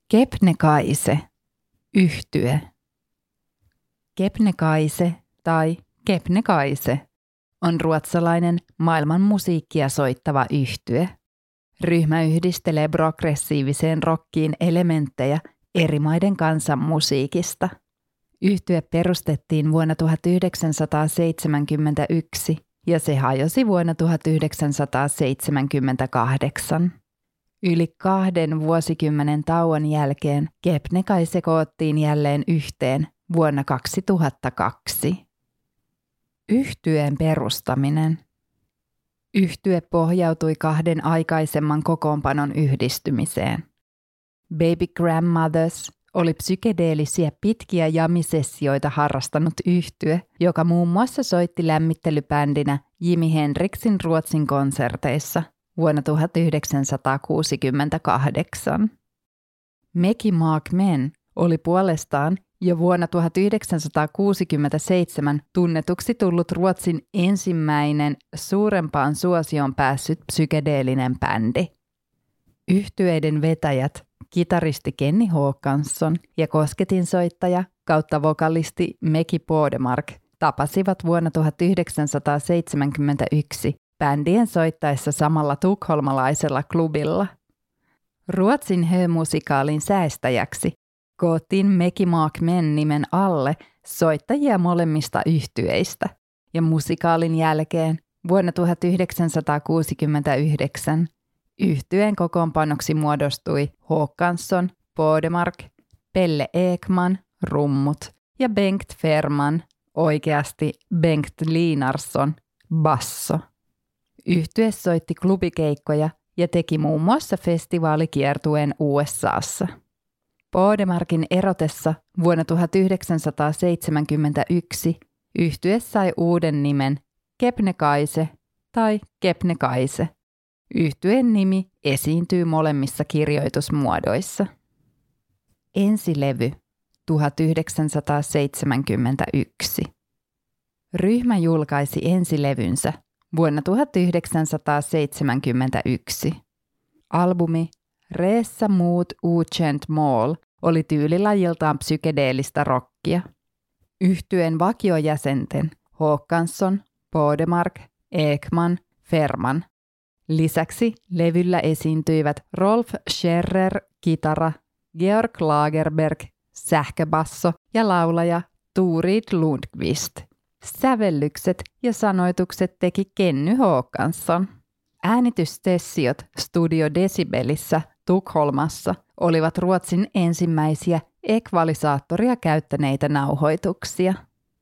Kebnekaise, yhtye. Kebnekaise tai Kebnekaise on ruotsalainen maailman musiikkia soittava yhtye. Ryhmä yhdistelee progressiiviseen rockiin elementtejä eri maiden kansanmusiikista. Yhtye perustettiin vuonna 1971 ja se hajosi vuonna 1978. Yli 2 vuosikymmenen tauon jälkeen Kebnekaise koottiin jälleen yhteen vuonna 2002. Yhtyeen perustaminen. Yhtye pohjautui 2 aikaisemman kokoonpanon yhdistymiseen. Baby Grandmothers oli psykedeellisiä pitkiä jamisessioita harrastanut yhtye, joka muun muassa soitti lämmittelybändinä Jimi Hendrixin Ruotsin konserteissa vuonna 1968. Mäki Maak Men oli puolestaan jo vuonna 1967 tunnetuksi tullut Ruotsin ensimmäinen suurempaan suosioon päässyt psykedeellinen bändi. Yhtyeiden vetäjät, kitaristi Kenny Håkansson ja kosketinsoittaja kautta vokalisti Mäki Bådemark tapasivat vuonna 1971 bändien soittaessa samalla tukholmalaisella klubilla. Ruotsin Hö-musikaalin säästäjäksi koottiin Mäki Maak Men nimen alle soittajia molemmista yhtyeistä, ja musikaalin jälkeen vuonna 1969 yhtyeen kokoonpanoksi muodostui Håkansson, Bådemark, Pelle Ekman, rummut ja Bengt Ferman, oikeasti Bengt Linarsson, basso. Yhtye soitti klubikeikkoja ja teki muun muassa festivaalikiertueen USAssa. Bådemarkin erotessa vuonna 1971 yhtye sai uuden nimen Kebnekaise tai Kebnekaise. Yhtyeen nimi esiintyy molemmissa kirjoitusmuodoissa. Ensilevy 1971. Ryhmä julkaisi ensilevynsä vuonna 1971. Albumi Resa mot okänt mål oli tyylilajiltaan psykedeellistä rockia. Yhtyeen vakiojäsenten Håkansson, Bådemark, Ekman, Ferman. Lisäksi levyllä esiintyivät Rolf Scherrer, kitara, Georg Lagerberg, sähköbasso ja laulaja Turid Lundqvist. Sävellykset ja sanoitukset teki Kenny Håkansson. Äänitystessiot Studio Decibelissä Tukholmassa olivat Ruotsin ensimmäisiä ekvalisaattoria käyttäneitä nauhoituksia.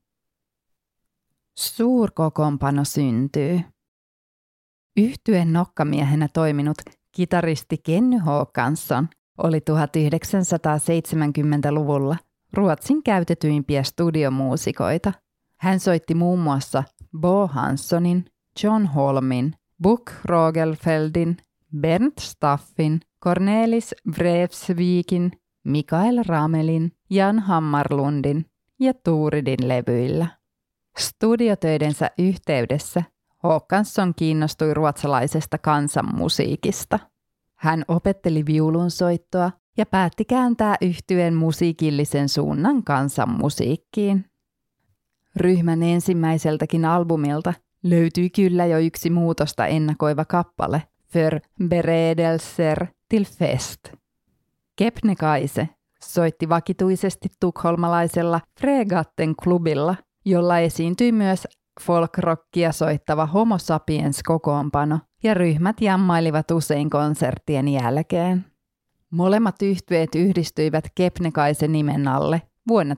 Suurkokoonpano syntyy. Yhtyeen nokkamiehenä toiminut kitaristi Kenny Håkansson oli 1970-luvulla Ruotsin käytetyimpiä studiomuusikoita. Hän soitti muun muassa Bo Hanssonin, John Holmin, Buck Rogelfeldin, Bernt Staffin, Cornelis Vreeswijkin, Mikael Ramelin, Jan Hammarlundin ja Turidin levyillä. Studiotöidensä yhteydessä Håkansson kiinnostui ruotsalaisesta kansanmusiikista. Hän opetteli viulunsoittoa ja päätti kääntää yhtyeen musiikillisen suunnan kansanmusiikkiin. Ryhmän ensimmäiseltäkin albumilta löytyi kyllä jo yksi muutosta ennakoiva kappale, För beredelser till fest. Kebnekaise soitti vakituisesti tukholmalaisella Fregatten klubilla, jolla esiintyi myös folkrockia soittava Homo sapiens-kokoonpano, ja ryhmät jammailivat usein konserttien jälkeen. Molemmat yhtyeet yhdistyivät Kebnekaisen nimen alle vuonna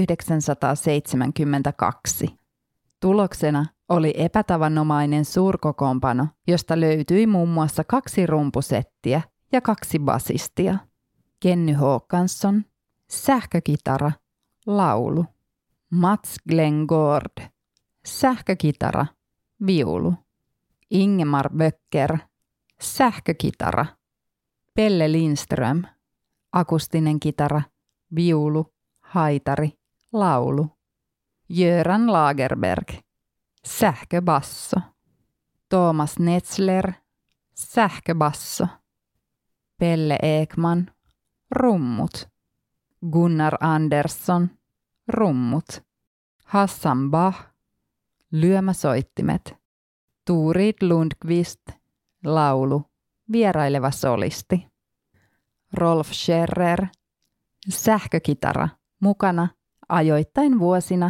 1972. Tuloksena oli epätavanomainen suurkokoonpano, josta löytyi muun muassa 2 rumpusettiä ja 2 basistia. Kenny Håkansson, sähkökitara, laulu. Mats Glengård, sähkökitara, viulu. Ingemar Böcker, sähkökitara. Pelle Lindström, akustinen kitara, viulu, haitari, laulu. Göran Lagerberg, sähköbasso. Thomas Netzler, sähköbasso. Pelle Ekman, rummut. Gunnar Andersson, rummut. Hassan Bach, lyömäsoittimet. Turid Lundqvist, laulu, vieraileva solisti. Rolf Scherrer, sähkökitara, mukana ajoittain vuosina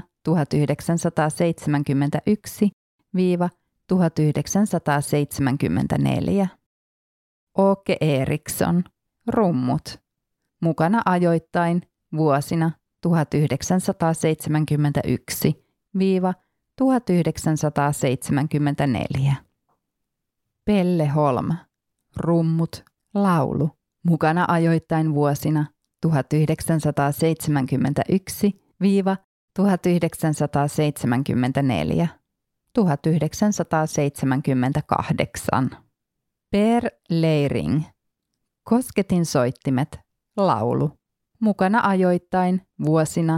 1971–1974. Åke Eriksson, rummut, mukana ajoittain vuosina 1971–1974. Pelle Holm, rummut, laulu, mukana ajoittain vuosina 1971–1974. 1978. Per Leiring, kosketinsoittimet, laulu, mukana ajoittain vuosina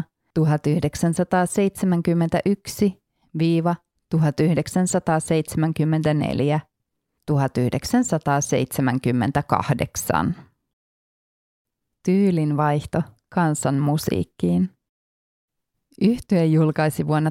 1971–1974. 1978. Tyylinvaihto kansanmusiikkiin. Yhtye julkaisi vuonna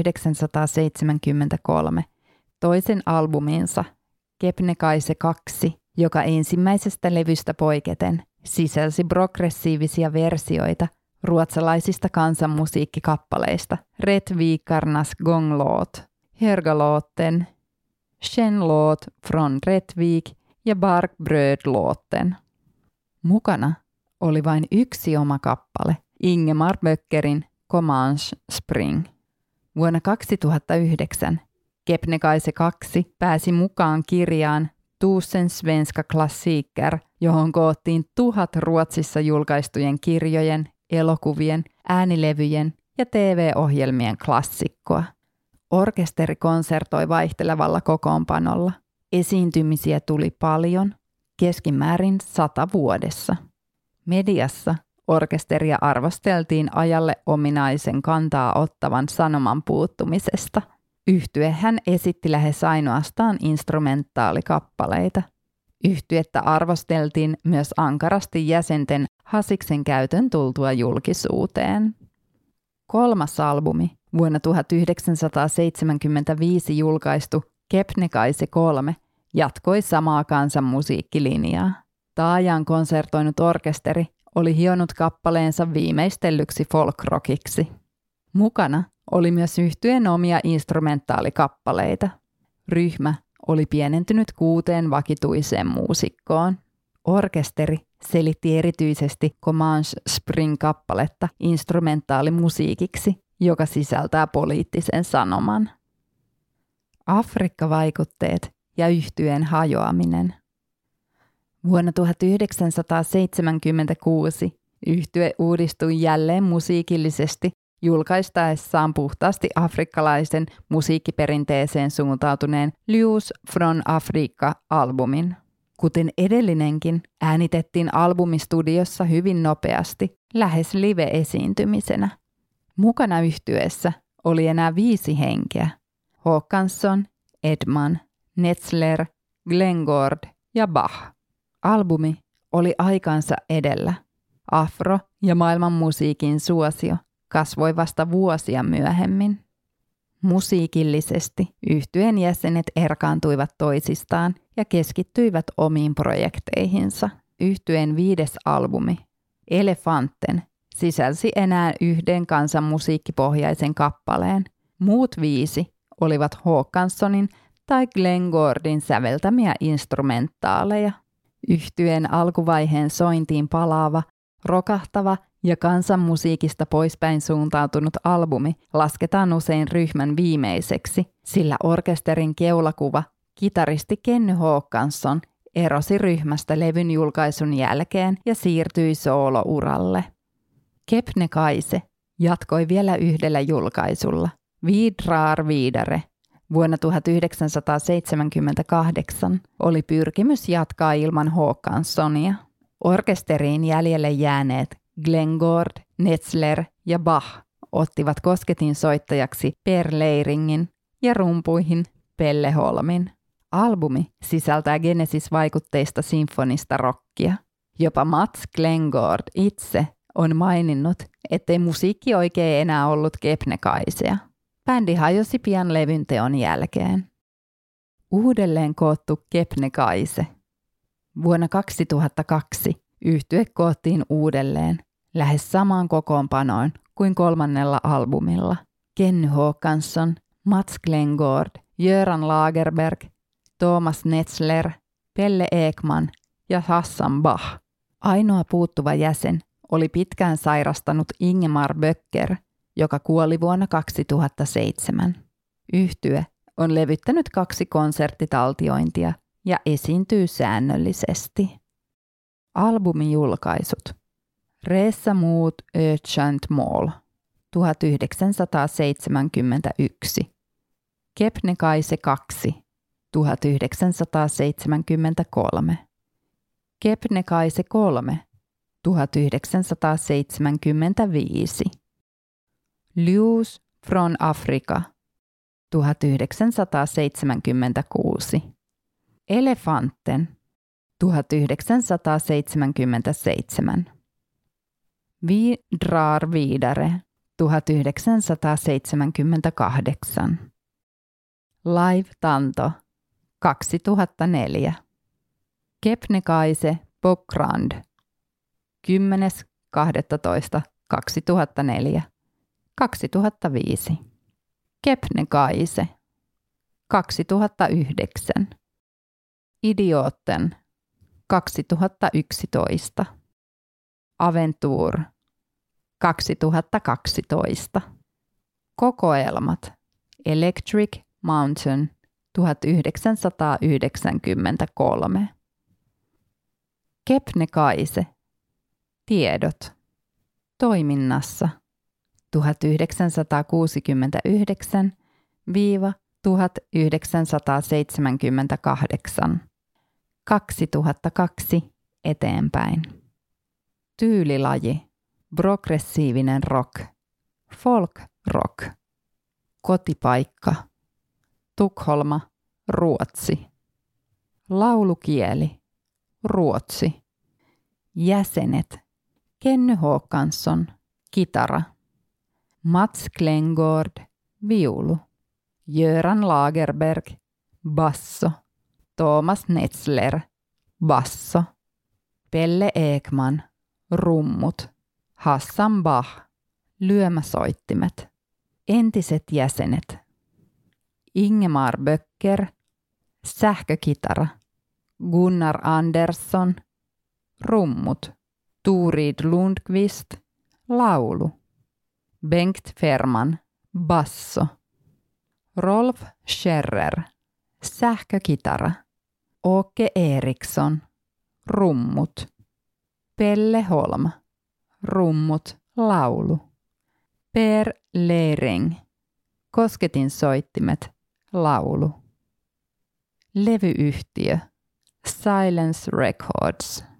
1973 toisen albuminsa Kebnekaise 2, joka ensimmäisestä levystä poiketen sisälsi progressiivisia versioita ruotsalaisista kansanmusiikkikappaleista Rättvikarnas gånglåt, Högalåten, Skenlåt från Rättvik ja Barkbrödlåten. Mukana oli vain yksi oma kappale, Ingemar Böckerin Comanche Spring. Vuonna 2009 Kebnekaise 2 pääsi mukaan kirjaan Tusen svenska klassiker, johon koottiin 1000 Ruotsissa julkaistujen kirjojen, elokuvien, äänilevyjen ja TV-ohjelmien klassikkoa. Orkesteri konsertoi vaihtelevalla kokoonpanolla. Esiintymisiä tuli paljon, keskimäärin 100 vuodessa. Mediassa orkesteria arvosteltiin ajalle ominaisen kantaa ottavan sanoman puuttumisesta. Yhtyehän esitti lähes ainoastaan instrumentaalikappaleita. Yhtyettä arvosteltiin myös ankarasti jäsenten Hasiksen käytön tultua julkisuuteen. 3. albumi, vuonna 1975 julkaistu Kebnekaise 3, jatkoi samaa kansanmusiikkilinjaa. Taajaan konsertoinut orkesteri oli hionut kappaleensa viimeistellyksi folkrockiksi. Mukana oli myös yhtyeen omia instrumentaalikappaleita. Ryhmä oli pienentynyt 6 vakituiseen muusikkoon. Orkesteri selitti erityisesti Comanche Spring-kappaletta instrumentaalimusiikiksi, joka sisältää poliittisen sanoman. Afrikka-vaikutteet ja yhtyeen hajoaminen. Vuonna 1976 yhtye uudistui jälleen musiikillisesti julkaistaessaan puhtaasti afrikkalaisen musiikkiperinteeseen suuntautuneen Ljus från Afrika-albumin. Kuten edellinenkin, äänitettiin albumi studiossa hyvin nopeasti, lähes live-esiintymisenä. Mukana yhtyeessä oli enää 5 henkeä: Håkansson, Edman, Netzler, Glengård ja Bach. Albumi oli aikansa edellä. Afro- ja maailmanmusiikin suosio kasvoi vasta vuosia myöhemmin. Musiikillisesti yhtyeen jäsenet erkaantuivat toisistaan ja keskittyivät omiin projekteihinsa. Yhtyeen 5. albumi, Elefanten, sisälsi enää 1 kansanmusiikkipohjaisen kappaleen. Muut 5 olivat Håkanssonin tai Glengårdin säveltämiä instrumentaaleja. Yhtyeen alkuvaiheen sointiin palaava, rokahtava ja kansanmusiikista poispäin suuntautunut albumi lasketaan usein ryhmän viimeiseksi, sillä orkesterin keulakuva, kitaristi Kenny Håkansson, erosi ryhmästä levyn julkaisun jälkeen ja siirtyi soolouralle. Kebnekaise jatkoi vielä 1 julkaisulla, Vi drar vidare. Vuonna 1978 oli pyrkimys jatkaa ilman Håkanssonia. Orkesteriin jäljelle jääneet Glengård, Netzler ja Bach ottivat kosketin soittajaksi Per Leiringin ja rumpuihin Pelle Holmin. Albumi sisältää Genesis-vaikutteista sinfonista rockia. Jopa Mats Glengård itse on maininnut, ettei musiikki oikein enää ollut Kebnekaisea. Bändi hajosi pian levyn teon jälkeen. Uudelleen koottu Kebnekaise. Vuonna 2002 yhtye koottiin uudelleen lähes samaan kokoonpanoon kuin 3. albumilla. Kenny Håkansson, Mats Glengård, Göran Lagerberg, Thomas Netzler, Pelle Ekman ja Hassan Bach. Ainoa puuttuva jäsen oli pitkään sairastanut Ingemar Böcker, joka kuoli vuonna 2007. Yhtye on levyttänyt 2 konserttitaltiointia ja esiintyy säännöllisesti. Albumijulkaisut. Resa mot ökänt mål 1971. Kebnekaise 2 1973. Kebnekaise 3 1975. Ljus från Afrika 1976. Elefanten 1977. Vi drar vidare 1978. Live Tanto 2004. Kebnekaise Pokrand 10.12.2004. 2005. Kebnekaise 2009. Idioten 2011. Aventur 2012. Kokoelmat Electric Mountain 1993. Kebnekaise. Tiedot. Toiminnassa 1969–1978. 2002 eteenpäin. Tyylilaji. Progressiivinen rock. Folk rock. Kotipaikka. Tukholma, Ruotsi. Laulukieli. Ruotsi. Jäsenet. Kenny Håkansson, kitara. Mats Glengård, viulu. Göran Lagerberg, basso. Thomas Netzler, basso. Pelle Ekman, rummut. Hassan Bach, lyömäsoittimet. Entiset jäsenet. Ingemar Böcker, sähkökitara. Gunnar Andersson, rummut. Turid Lundqvist, laulu. Bengt Ferman, basso. Rolf Scherrer, sähkökitara. Åke Eriksson, rummut. Pelle Holm, rummut, laulu. Per Lering, kosketinsoittimet, laulu. Levyyhtiö Silence Records.